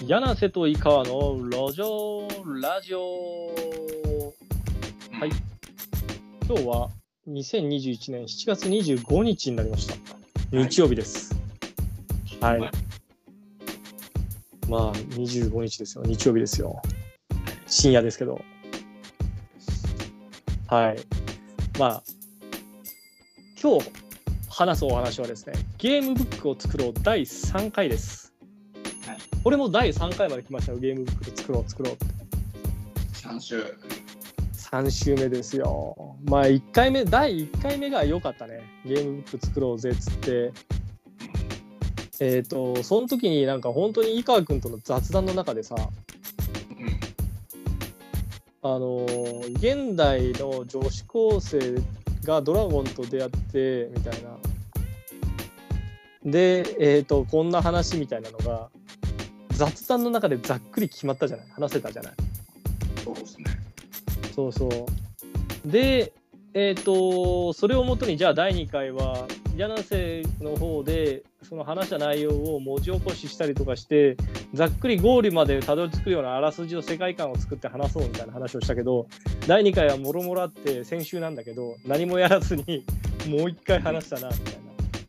柳瀬と井川の路上ラジオ。はい。今日は2021年7月25日になりました。日曜日です。はい。まあ25日ですよ。日曜日ですよ。深夜ですけど。はい。まあ今日話すお話はですね、ゲームブックを作ろう第3回です。これも第3回まで来ましたよ。ゲームブックで作ろうって。3週目ですよ。まあ第1回目が良かったね。ゲームブック作ろうぜっつって。その時になんか本当に井川君との雑談の中でさ、現代の女子高生がドラゴンと出会ってみたいな。で、こんな話みたいなのが雑談の中でざっくり決まったじゃない、話せたじゃない。 そうですね。 そうそう。で、それをもとにじゃあ第2回は柳瀬の方でその話した内容を文字起こししたりとかしてざっくりゴールまでたどり着くようなあらすじの世界観を作って話そうみたいな話をしたけど、第2回はもろもろあって先週なんだけど何もやらずにもう一回話したなみたいな、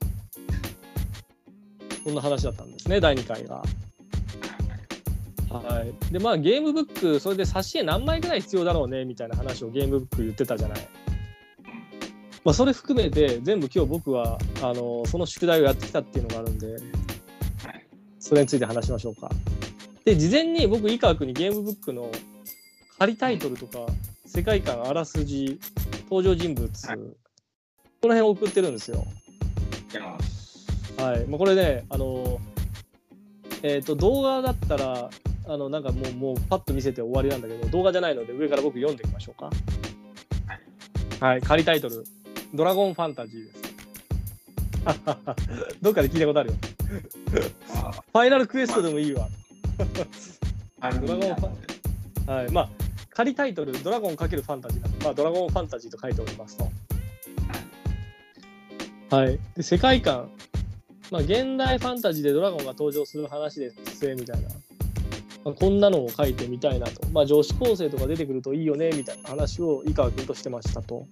そんな話だったんですね、第2回が。はい。でまあゲームブックそれで挿絵何枚ぐらい必要だろうねみたいな話をゲームブック言ってたじゃない。まあそれ含めて全部今日僕はその宿題をやってきたっていうのがあるんで、それについて話しましょうか。で事前に僕井川君にゲームブックの仮タイトルとか世界観、あらすじ、登場人物、この辺を送ってるんですよ。はい。まあ、これね動画だったらなんかもうパッと見せて終わりなんだけど、動画じゃないので上から僕読んでいきましょうか。はい。仮タイトルドラゴンファンタジーです。どっかで聞いたことあるよ。ファイナルクエストでもいいわ。ドラゴンファン、はい。まあ仮タイトルドラゴン×ファンタジーなんで、まあドラゴンファンタジーと書いておりますと。はい。で世界観、まあ現代ファンタジーでドラゴンが登場する話ですみたいな。まあ、こんなのを書いてみたいなと。まあ女子高生とか出てくるといいよねみたいな話を井川君としてましたと。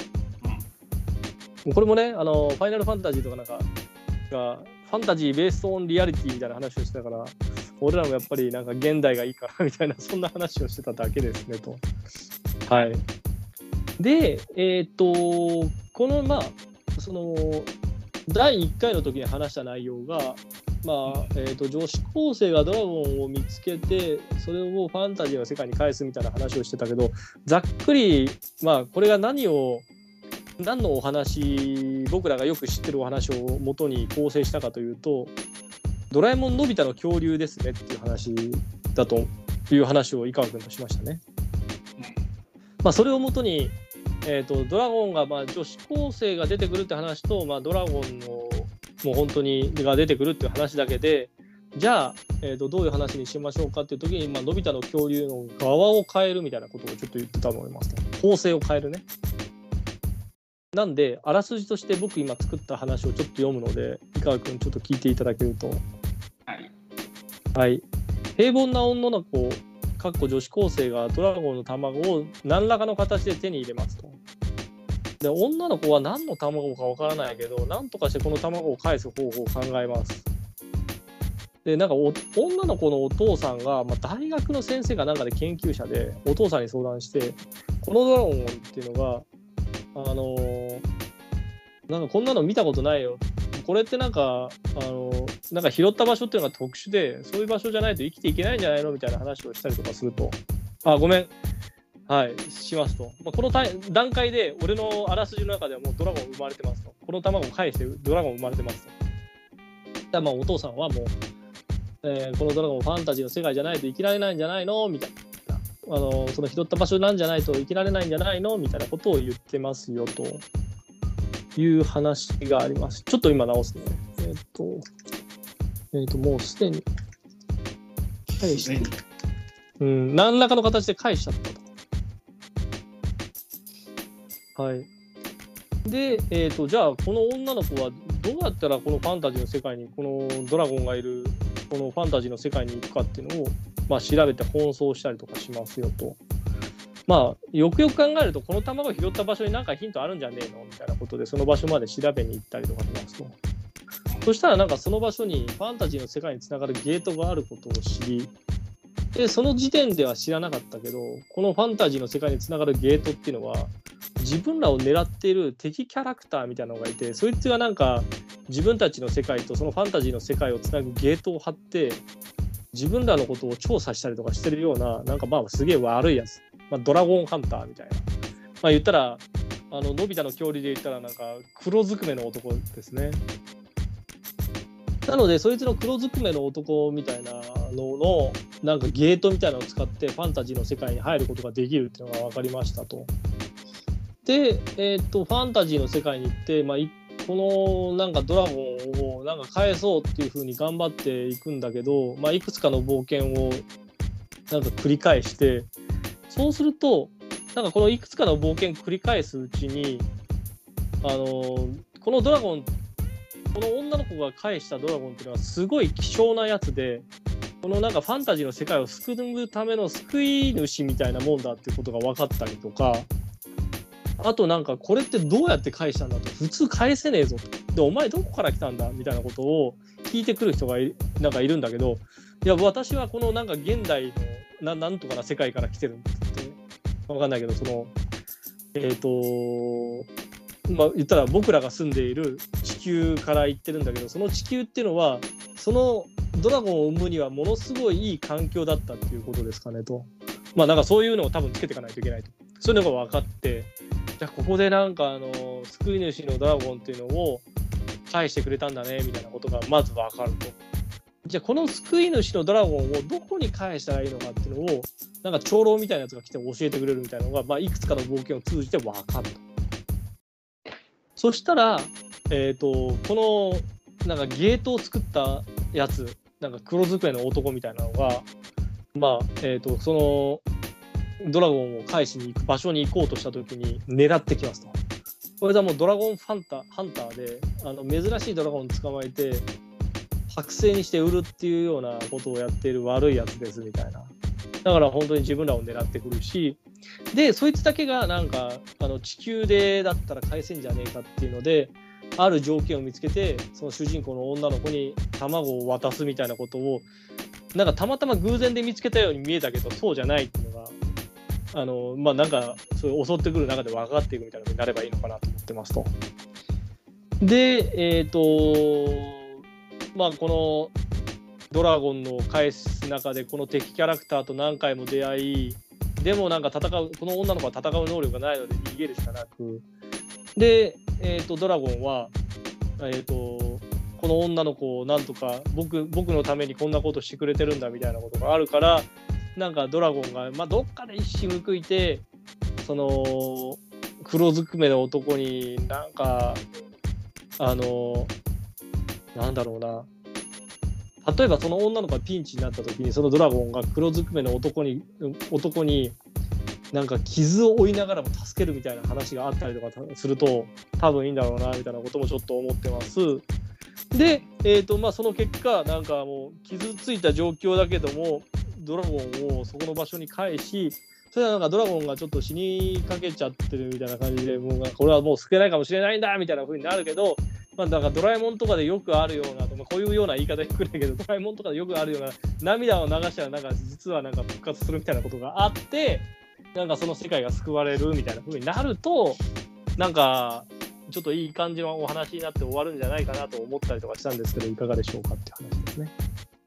これもねファイナルファンタジーとかなんかがファンタジーベースオンリアリティみたいな話をしてたから、俺らもやっぱりなんか現代がいいからみたいな、そんな話をしてただけですねと。はい。でこのまあその第1回の時に話した内容が、まあ女子高生がドラゴンを見つけてそれをファンタジーの世界に返すみたいな話をしてたけど、ざっくりまあこれが何のお話、僕らがよく知ってるお話を元に構成したかというと、ドラえもんのび太の恐竜ですねっていう話だという話を井川君としましたね。まあそれを元にドラゴンがまあ女子高生が出てくるって話と、まあドラゴンのもう本当にが出てくるっていう話だけで、じゃあどういう話にしましょうかっていう時に、まあのび太の恐竜の側を変えるみたいなことをちょっと言ってたと思いますと。構成を変えるね。なんであらすじとして僕今作った話をちょっと読むので井川君ちょっと聞いていただけると。はい。平凡な女の子女子高生がドラゴンの卵を何らかの形で手に入れますと。で女の子は何の卵かわからないけど何とかしてこの卵を返す方法を考えます。でなんか女の子のお父さんが、まあ、大学の先生がなんかで研究者でお父さんに相談して、このドラゴンっていうのがなんかこんなの見たことないよ。これってなんかなんか拾った場所っていうのが特殊で、そういう場所じゃないと生きていけないんじゃないのみたいな話をしたりとかすると、ごめん、はいしますと。まあ、この段階で俺のあらすじの中ではもうドラゴン生まれてますと。この卵を返してドラゴン生まれてますと。だまあお父さんはもう、このドラゴンファンタジーの世界じゃないと生きられないんじゃないのみたいな。その拾った場所なんじゃないと生きられないんじゃないのみたいなことを言ってますよという話があります。ちょっと今直すね。もうすでに返して、何らかの形で返しちゃったと。はい。で、じゃあこの女の子はどうやったらこのファンタジーの世界にこのドラゴンがいるこのファンタジーの世界に行くかっていうのを、まあ、調べて奔走したりとかしますよと。まあよくよく考えるとこの卵を拾った場所に何かヒントあるんじゃねえのみたいなことでその場所まで調べに行ったりとかしますと。そしたらなんかその場所にファンタジーの世界につながるゲートがあることを知り、でその時点では知らなかったけど、このファンタジーの世界につながるゲートっていうのは自分らを狙っている敵キャラクターみたいなのがいて、そいつがなんか自分たちの世界とそのファンタジーの世界をつなぐゲートを張って自分らのことを調査したりとかしてるような、なんかまあすげえ悪いやつ、まあ、ドラゴンハンターみたいな、まあ言ったらのび太の恐竜で言ったらなんか黒ずくめの男ですね。なのでそいつの黒ずくめの男みたいなののなんかゲートみたいなのを使ってファンタジーの世界に入ることができるっていうのが分かりましたと。で、ファンタジーの世界に行って、まあ、このなんかドラゴンをなんか返そうっていう風に頑張っていくんだけど、まあ、いくつかの冒険をなんか繰り返して、そうするとなんかこのいくつかの冒険繰り返すうちにこのドラゴン、この女の子が返したドラゴンっていうのはすごい希少なやつで、このなんかファンタジーの世界を救うための救い主みたいなもんだっていうことが分かったりとか、あとなんかこれってどうやって返したんだと、普通返せねえぞと、でお前どこから来たんだみたいなことを聞いてくる人がなんかいるんだけど、いや私はこのなんか現代のなんとかな世界から来てるんだって分かんないけど、そのまあ言ったら僕らが住んでいる地球から行ってるんだけど、その地球っていうのはそのドラゴンを生むにはものすごいいい環境だったっていうことですかねと。まあなんかそういうのを多分つけていかないといけないと、そういうのが分かって、じゃあここでなんか救い主のドラゴンっていうのを返してくれたんだねみたいなことがまず分かると。じゃあこの救い主のドラゴンをどこに返したらいいのかっていうのをなんか長老みたいなやつが来て教えてくれるみたいなのが、まあ、いくつかの冒険を通じて分かると。そしたら、このなんかゲートを作ったやつ、なんか黒ずくめの男みたいなのが、まあそのドラゴンを返しに行く場所に行こうとした時に狙ってきますと。これはもうドラゴンハンターで珍しいドラゴンを捕まえて剥製にして売るっていうようなことをやっている悪いやつですみたいな。だから本当に自分らを狙ってくるし、でそいつだけがなんか地球でだったら返せんじゃねえかっていうのである条件を見つけて、その主人公の女の子に卵を渡すみたいなことをなんかたまたま偶然で見つけたように見えたけどそうじゃないっていうのがまあなんかそういう襲ってくる中で分かっていくみたいなのになればいいのかなと思ってますと。でまあこのドラゴンの返す中でこの敵キャラクターと何回も出会い、でもなんかこの女の子は戦う能力がないので逃げるしかなく、でドラゴンはこの女の子をなんとか僕のためにこんなことしてくれてるんだみたいなことがあるから、なんかドラゴンが、まあ、どっかで一矢報いてその黒ずくめの男になんかなんだろうな、例えばその女の子がピンチになった時にそのドラゴンが黒ずくめの男になんか傷を負いながらも助けるみたいな話があったりとかすると多分いいんだろうなみたいなこともちょっと思ってます。で、まあ、その結果なんかもう傷ついた状況だけどもドラゴンをそこの場所に返し、それはなんかドラゴンがちょっと死にかけちゃってるみたいな感じで、もうこれはもう救えないかもしれないんだみたいな風になるけど、まあ、だからドラえもんとかでよくあるような、まあ、こういうような言い方でくるんだけど、ドラえもんとかでよくあるような涙を流したらなんか実はなんか復活するみたいなことがあって、なんかその世界が救われるみたいな風になると、なんかちょっといい感じのお話になって終わるんじゃないかなと思ったりとかしたんですけど、いかがでしょうかっていう話ですね。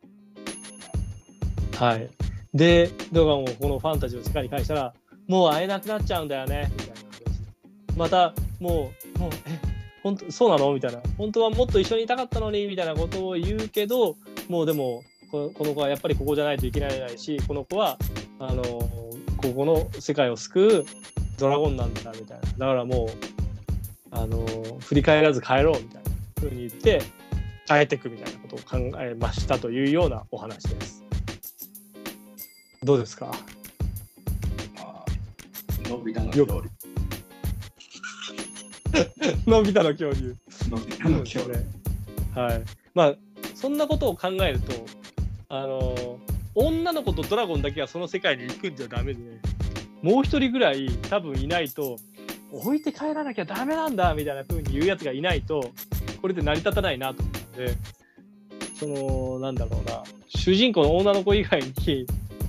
はい。で、ドラゴンをこのファンタジーの世界に返したら、もう会えなくなっちゃうんだよねみたいな話。またもう本当そうなのみたいな。本当はもっと一緒にいたかったのにみたいなことを言うけど、もうでもこの子はやっぱりここじゃないといけないし、この子はここの世界を救うドラゴンなんだみたいな。だからもう振り返らず帰ろうみたいな風に言って帰ってくみたいなことを考えましたというようなお話です。どうですか？ のび太の恐竜。 のび太の恐竜。 のび太の恐竜。 はい。まあそんなことを考えると、 女の子とドラゴンだけはその世界に行くんじゃダメで、もう一人ぐらい多分いないと、置いて帰らなきゃダメなんだみたいな風に言うやつがいないと、これで成り立たないなと思ったんで、なんだろうな、主人公の女の子以外に、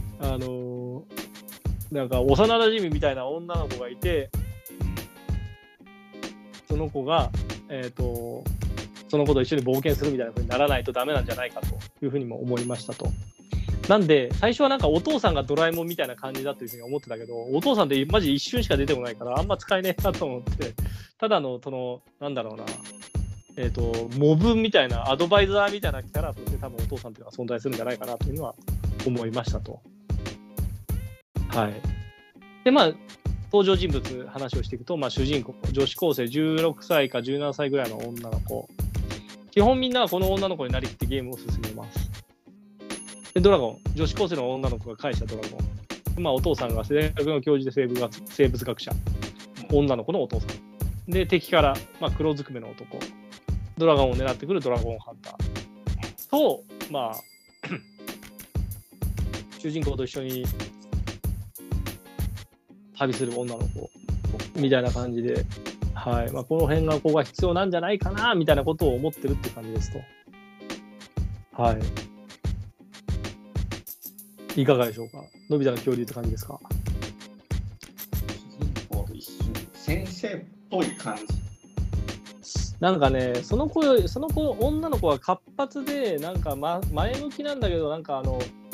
なんか幼馴染みたいな女の子がいて、その子が、その子と一緒に冒険するみたいな風にならないとダメなんじゃないかというふうにも思いましたと。なんで最初はなんかお父さんがドラえもんみたいな感じだというふうに思ってたけど、お父さんってマジ一瞬しか出てこないからあんま使えねえなと思って、ただのなんだろうな、モブみたいなアドバイザーみたいなキャラとして多分お父さんというのは存在するんじゃないかなというのは思いましたと。はい。でまあ登場人物話をしていくと、主人公女子高生16歳か17歳ぐらいの女の子、基本みんなはこの女の子になりきってゲームを進めます。でドラゴン、女子高生の女の子が返したドラゴン、お父さんが大学の教授で生物学者、女の子のお父さんで、敵から、黒ずくめの男、ドラゴンを狙ってくるドラゴンハンターと、主人公と一緒に旅する女の子みたいな感じで、はい、この辺がここが必要なんじゃないかなみたいなことを思ってるっていう感じですと。はい。いかがでしょうか。のび太の恐竜って感じですか。 主人公と一緒に先生っぽい感じ。 なんかね、その子女の子は活発でなんか、前向きなんだけど、なんか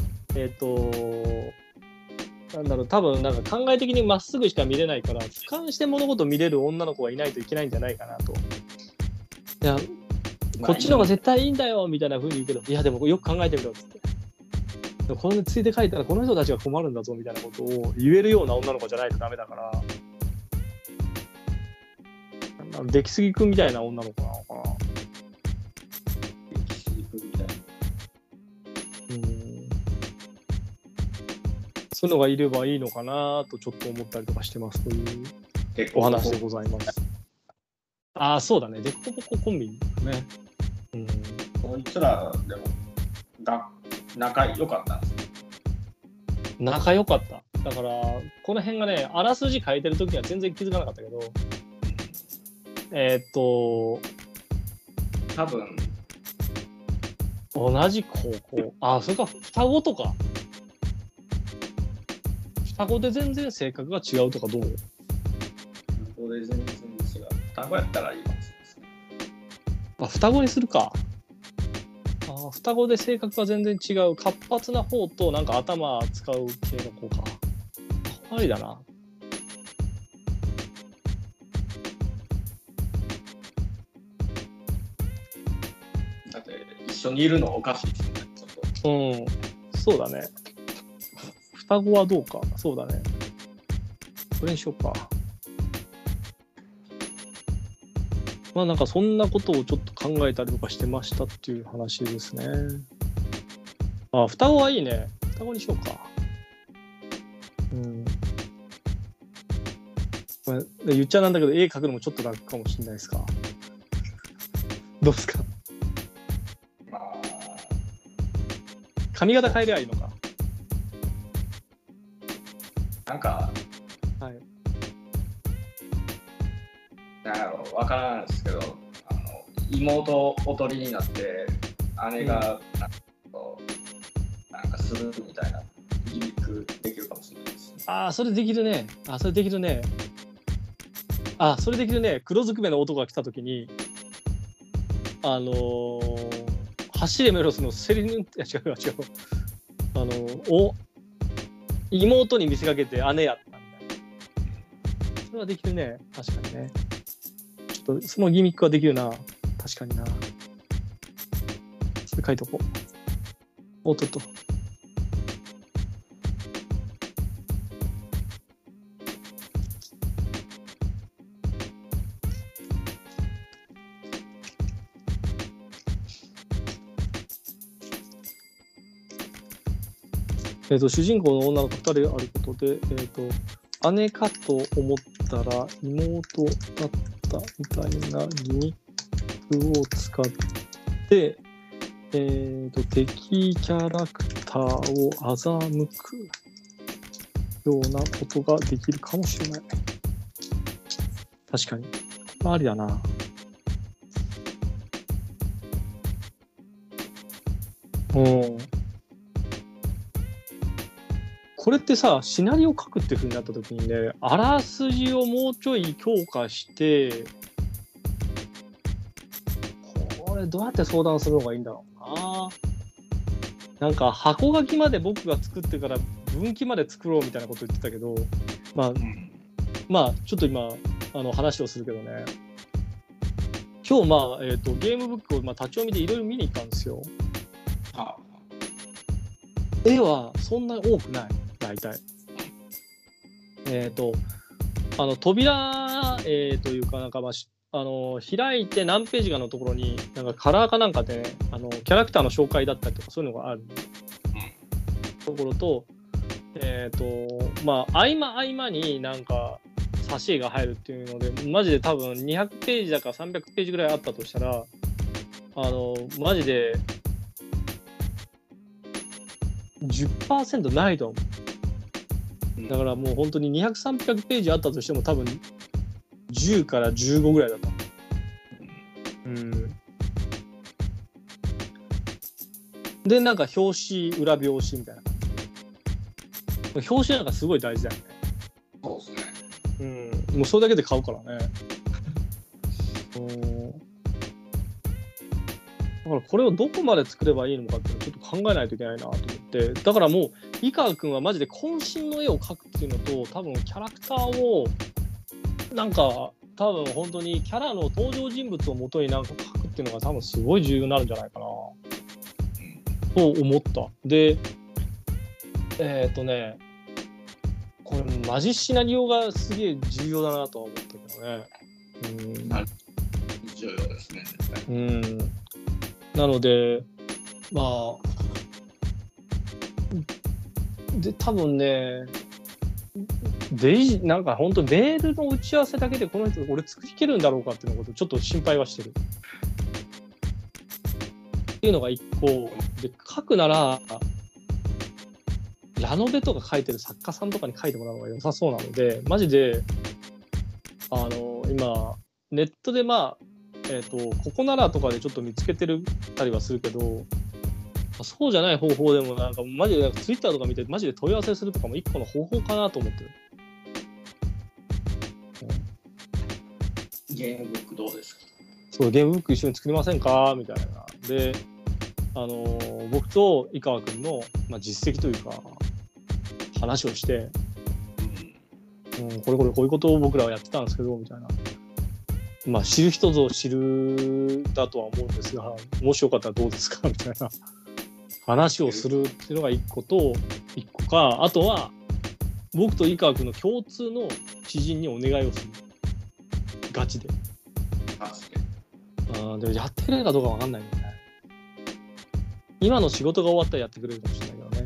なんだろう、多分なんか考え的にまっすぐしか見れないから、俯瞰して物事を見れる女の子がいないといけないんじゃないかなと。いや、こっちの方が絶対いいんだよみたいな風に言うけど、いやでもよく考えてみろっつって。これについて書いたらこの人たちが困るんだぞみたいなことを言えるような女の子じゃないとダメだから、出来すぎくんみたいな女の子なのかな。 出来すぎくんみたいな。 そういうのがいればいいのかなとちょっと思ったりとかしてますというお話でございます。ああ、そうだね。デコボココンビね。 こいつらでも仲良かったんですね。 仲良かった。だからこの辺がね、あらすじ書いてる時には全然気づかなかったけど、 多分同じ高校。あ、それか双子とか。双子で全然性格が違うとかどう？ 双子で全然違う。双子やったらいいかもしれないですね。 双子にするか。双子で性格が全然違う。活発な方となんか頭使う系の子か。ありだな。 だって一緒にいるのおかしいですね。ちょっと。そうだね。双子はどうか。そうだね。これにしようか。なんかそんなことをちょっと考えたりとかしてましたっていう話ですね。双子はいいね。双子にしようか。これ言っちゃなんだけど、絵描くのもちょっと楽かもしれないですか。どうですか。髪型変えりゃいいのか。 なんか、 はい。 なんやろう、わからないですけど、妹おとりになって姉がなんかするみたいなギミックできるかもしれないですね。 それできるね。それできるね。それできるね。黒ずくめの男が来たときに、走れメロスのセリヌン、違う。妹に見せかけて姉やったみたいな。それはできるね。確かにね。ちょっとそのギミックはできるな。確かにな。それ書いとこう。おっとっと。主人公の女の子2人あることで、姉かと思ったら妹だったみたいなギミックを使って、 敵キャラクターを欺くようなことができるかもしれない。確かに。ありだな。これってさ、シナリオ書くって風になった時にね、あらすじをもうちょい強化して、これどうやって相談するのがいいんだろうな。なんか箱書きまで僕が作ってから分岐まで作ろうみたいなこと言ってたけど、まあちょっと今話をするけどね。今日ゲームブックを立ち読みでいろいろ見に行ったんですよ。絵はそんなに多くない、大体。扉、というか、なんか開いて何ページかのところに、なんかカラーかなんかで、キャラクターの紹介だったりとか、そういうのがあるところと、合間になんか、挿絵が入るっていうので、マジで多分200ページだか300ページぐらいあったとしたら、マジで、10% ないと思う。だからもう本当に200、300ページあったとしても多分10から15ぐらいだと思う。で、なんか表紙、裏表紙みたいな感じで。表紙なんかすごい大事だよね。 そうですね。 もうそれだけで買うからね。だからこれをどこまで作ればいいのかっていうのをちょっと考えないといけないなと思って、だからもう井川君はマジで渾身の絵を描くっていうのと、多分キャラクターをなんか多分本当にキャラの登場人物をもとになんか描くっていうのが多分すごい重要になるんじゃないかなと思った。でこれマジシナリオがすげえ重要だなとは思ったけどね。 重要ですね。 なのでで多分ねなんか本当メールの打ち合わせだけでこの人俺作りきるんだろうかっていうのことちょっと心配はしてるっていうのが一個で、書くならラノベとか書いてる作家さんとかに書いてもらうのが良さそうなので、マジで今ネットでここならとかでちょっと見つけてるたりはするけど、そうじゃない方法でもなんかマジでツイッターとか見てマジで問い合わせするとかも一個の方法かなと思ってる。 ゲームブックどうですか？ そう、ゲームブック一緒に作りませんかみたいな。で、僕と井川君の、実績というか話をして、こういうことを僕らはやってたんですけどみたいな。知る人ぞ知るだとは思うんですが、もしよかったらどうですかみたいな話をするっていうのが一個か、あとは僕と井川君の共通の知人にお願いをする。ガチで。でもやってくれるかどうかわかんないよね。今の仕事が終わったらやってくれるかもしれないけどね。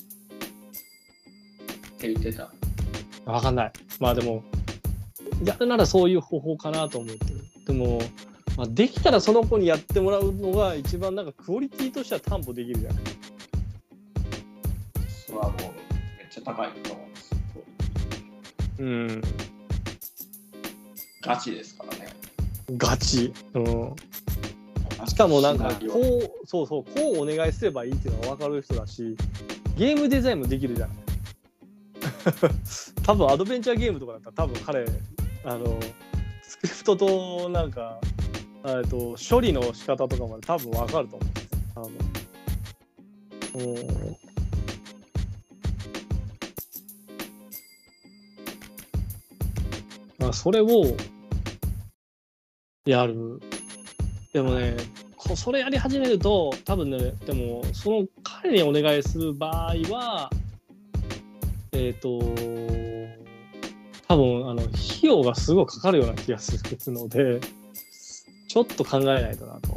って言ってた。 わかんない。でもやるならそういう方法かなと思ってる。でも、できたらその子にやってもらうのが一番なんかクオリティとしては担保できるじゃない。 それはもうめっちゃ高いと思うんです。ガチですからね。ガチ。しかもなんかこうお願いすればいいっていうのが分かる人だし、ゲームデザインもできるじゃない。多分アドベンチャーゲームとかだったら多分彼スクリプトとなんか処理の仕方とかまで多分分かると思う。それをやる。でもね、それやり始めると多分ね、でもその彼にお願いする場合は多分費用がすごいかかるような気がするので、ちょっと考えないとなと。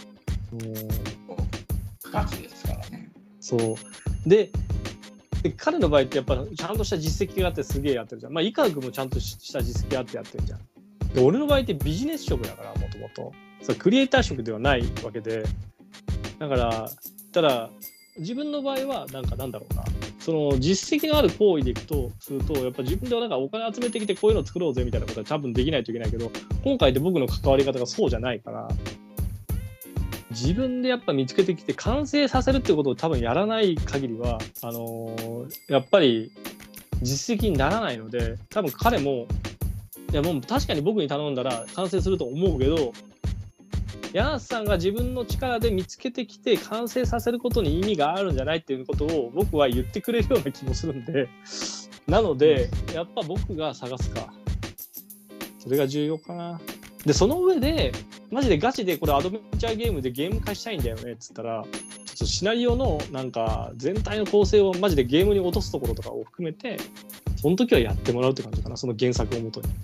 ガチですからね。 そうで彼の場合ってやっぱちゃんとした実績があってすげえやってるじゃん。井川君もちゃんとした実績があってやってるじゃん。で俺の場合ってビジネス職だから、もともとクリエイター職ではないわけで、 だからただ自分の場合はなんだろうな、その実績のある行為でいくとすると、やっぱ自分ではなんかお金集めてきてこういうの作ろうぜみたいなことは多分できないといけないけど、今回で僕の関わり方がそうじゃないから、自分でやっぱ見つけてきて完成させるってことを多分やらない限りはやっぱり実績にならないので、多分彼もいやもう確かに僕に頼んだら完成すると思うけど、柳瀬さんが自分の力で見つけてきて完成させることに意味があるんじゃないっていうことを僕は言ってくれるような気もするんで、なのでやっぱ僕が探すか、それが重要かな。でその上でマジでガチでこれアドベンチャーゲームでゲーム化したいんだよねっつったら、ちょっとシナリオのなんか全体の構成をマジでゲームに落とすところとかを含めて、その時はやってもらうって感じかな、その原作をもとに。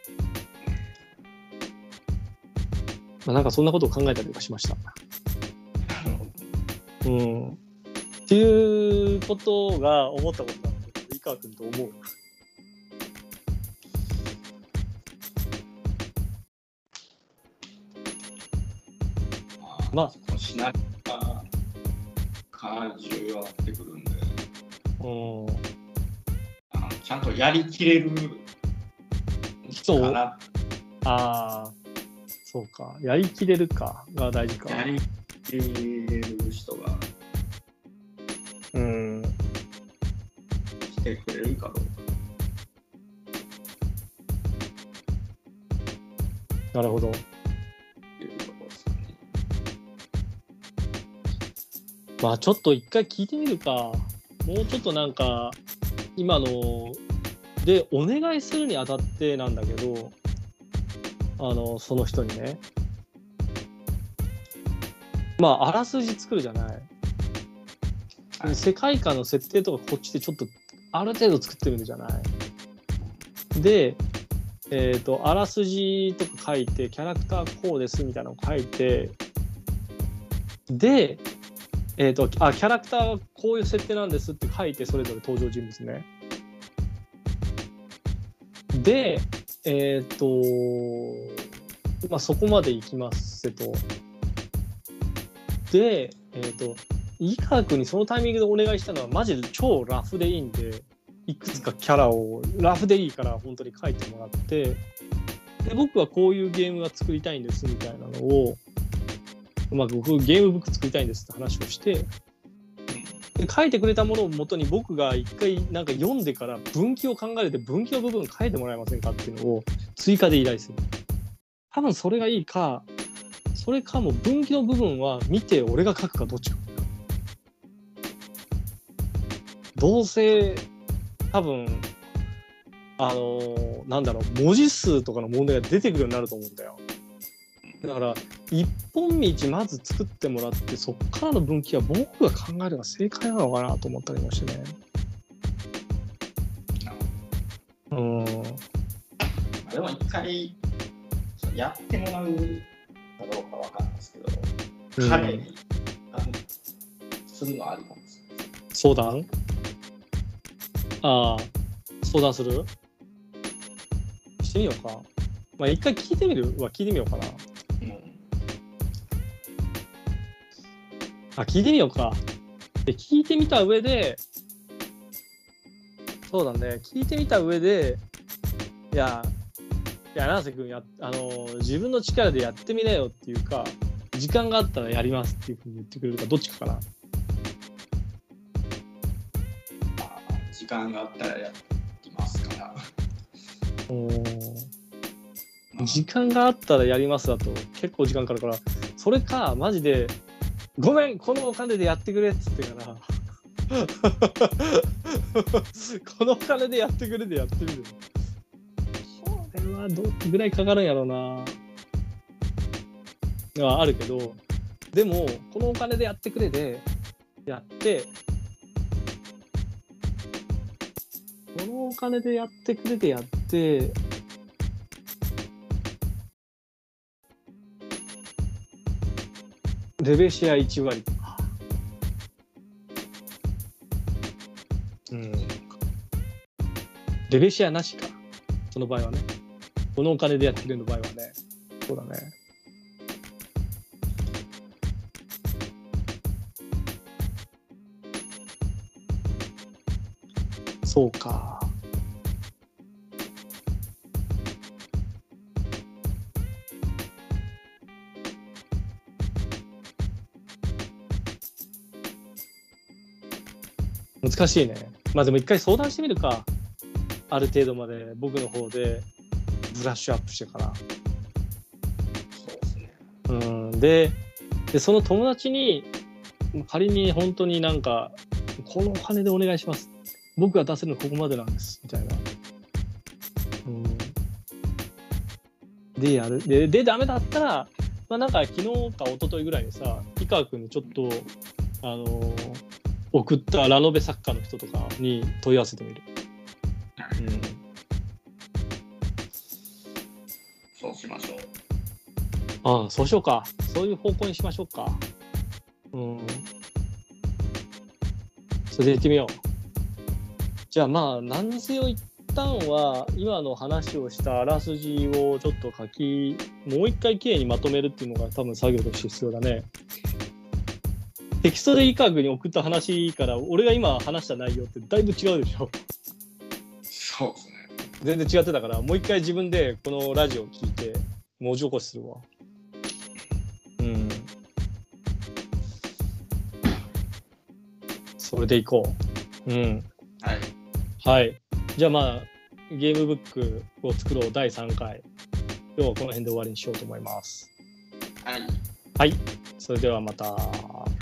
なんかそんなことを考えたりとかしました。っていうことが思ったことなんで、井川君と思う。 まあシナリオが重要になってくるんで、ちゃんとやりきれる人かな。 そうか、やりきれるかが大事か。 やりきれる人が来てくれるかどうか。 なるほど。まあちょっと一回聞いてみるか。もうちょっとなんか今のでお願いするにあたってなんだけど、その人にね、まああらすじ作るじゃない。世界観の設定とかこっちでちょっとある程度作ってみるじゃない。で、あらすじとか書いて、キャラクターこうですみたいなのを書いて、で、キャラクターこういう設定なんですって書いて、それぞれ登場人物ね。で、まあそこまで行きますと。で、井川君にそのタイミングでお願いしたのはマジで超ラフでいいんで、いくつかキャラをラフでいいから本当に書いてもらって、で僕はこういうゲームが作りたいんですみたいなのを、僕ゲームブック作りたいんですって話をして、で書いてくれたものをもとに僕が一回なんか読んでから分岐を考えて、分岐の部分書いてもらえませんかっていうのを追加で依頼する。多分それがいいか、それかもう分岐の部分は見て俺が書くかどっちか。どうせ多分なんだろう、文字数とかの問題が出てくるようになると思うんだよ。だから一本道まず作ってもらって、そっからの分岐は僕が考えるのが正解なのかなと思ったりもしてね。 でも一回やってもらうかどうかわかんないですけど、彼にするのはありかもしれない。 相談？相談する？してみようか。まあ一回聞いてみようかな。聞いてみようか。で聞いてみた上で、そうだね、聞いてみた上で、いや七瀬君自分の力でやってみなよっていうか、時間があったらやりますっていうふうに言ってくれるか、どっちかかな。 時間があったらやりますから。 時間があったらやりますだと結構時間かかるから、それかマジでごめんこのお金でやってくれっつってからこのお金でやってくれでやってみる。これはどぐらいかかるんやろうな。あるけど、でもこのお金でやってくれでやって、このお金でやってくれでやって、レベシア1割とか、レベシアなしか、その場合はね。このお金でやってくれる場合はね。そうだね。 そうか。難しいね。まあでも一回相談してみるか。ある程度まで僕の方でブラッシュアップしてから。 そうですね。 でその友達に仮に本当になんかこのお金でお願いします。僕が出せるのここまでなんですみたいな。でやる。でダメだったら、まあなんか昨日か一昨日ぐらいにさ、井川君にちょっと送ったラノベ作家の人とかに問い合わせてみる。 そうしましょう。 ああ、そうしようか。そういう方向にしましょうか。それで行ってみよう。じゃあまあ何にせよ一旦は今の話をしたあらすじをちょっともう一回きれいにまとめるっていうのが多分作業として必要だね。テキストで井川君に送った話から俺が今話した内容ってだいぶ違うでしょ。 そうですね。 全然違ってたからもう一回自分でこのラジオを聞いて文字起こしするわ。それでいこう。はい。じゃあまあゲームブックを作ろう第3回。今日はこの辺で終わりにしようと思います。 はい。 はい。それではまた。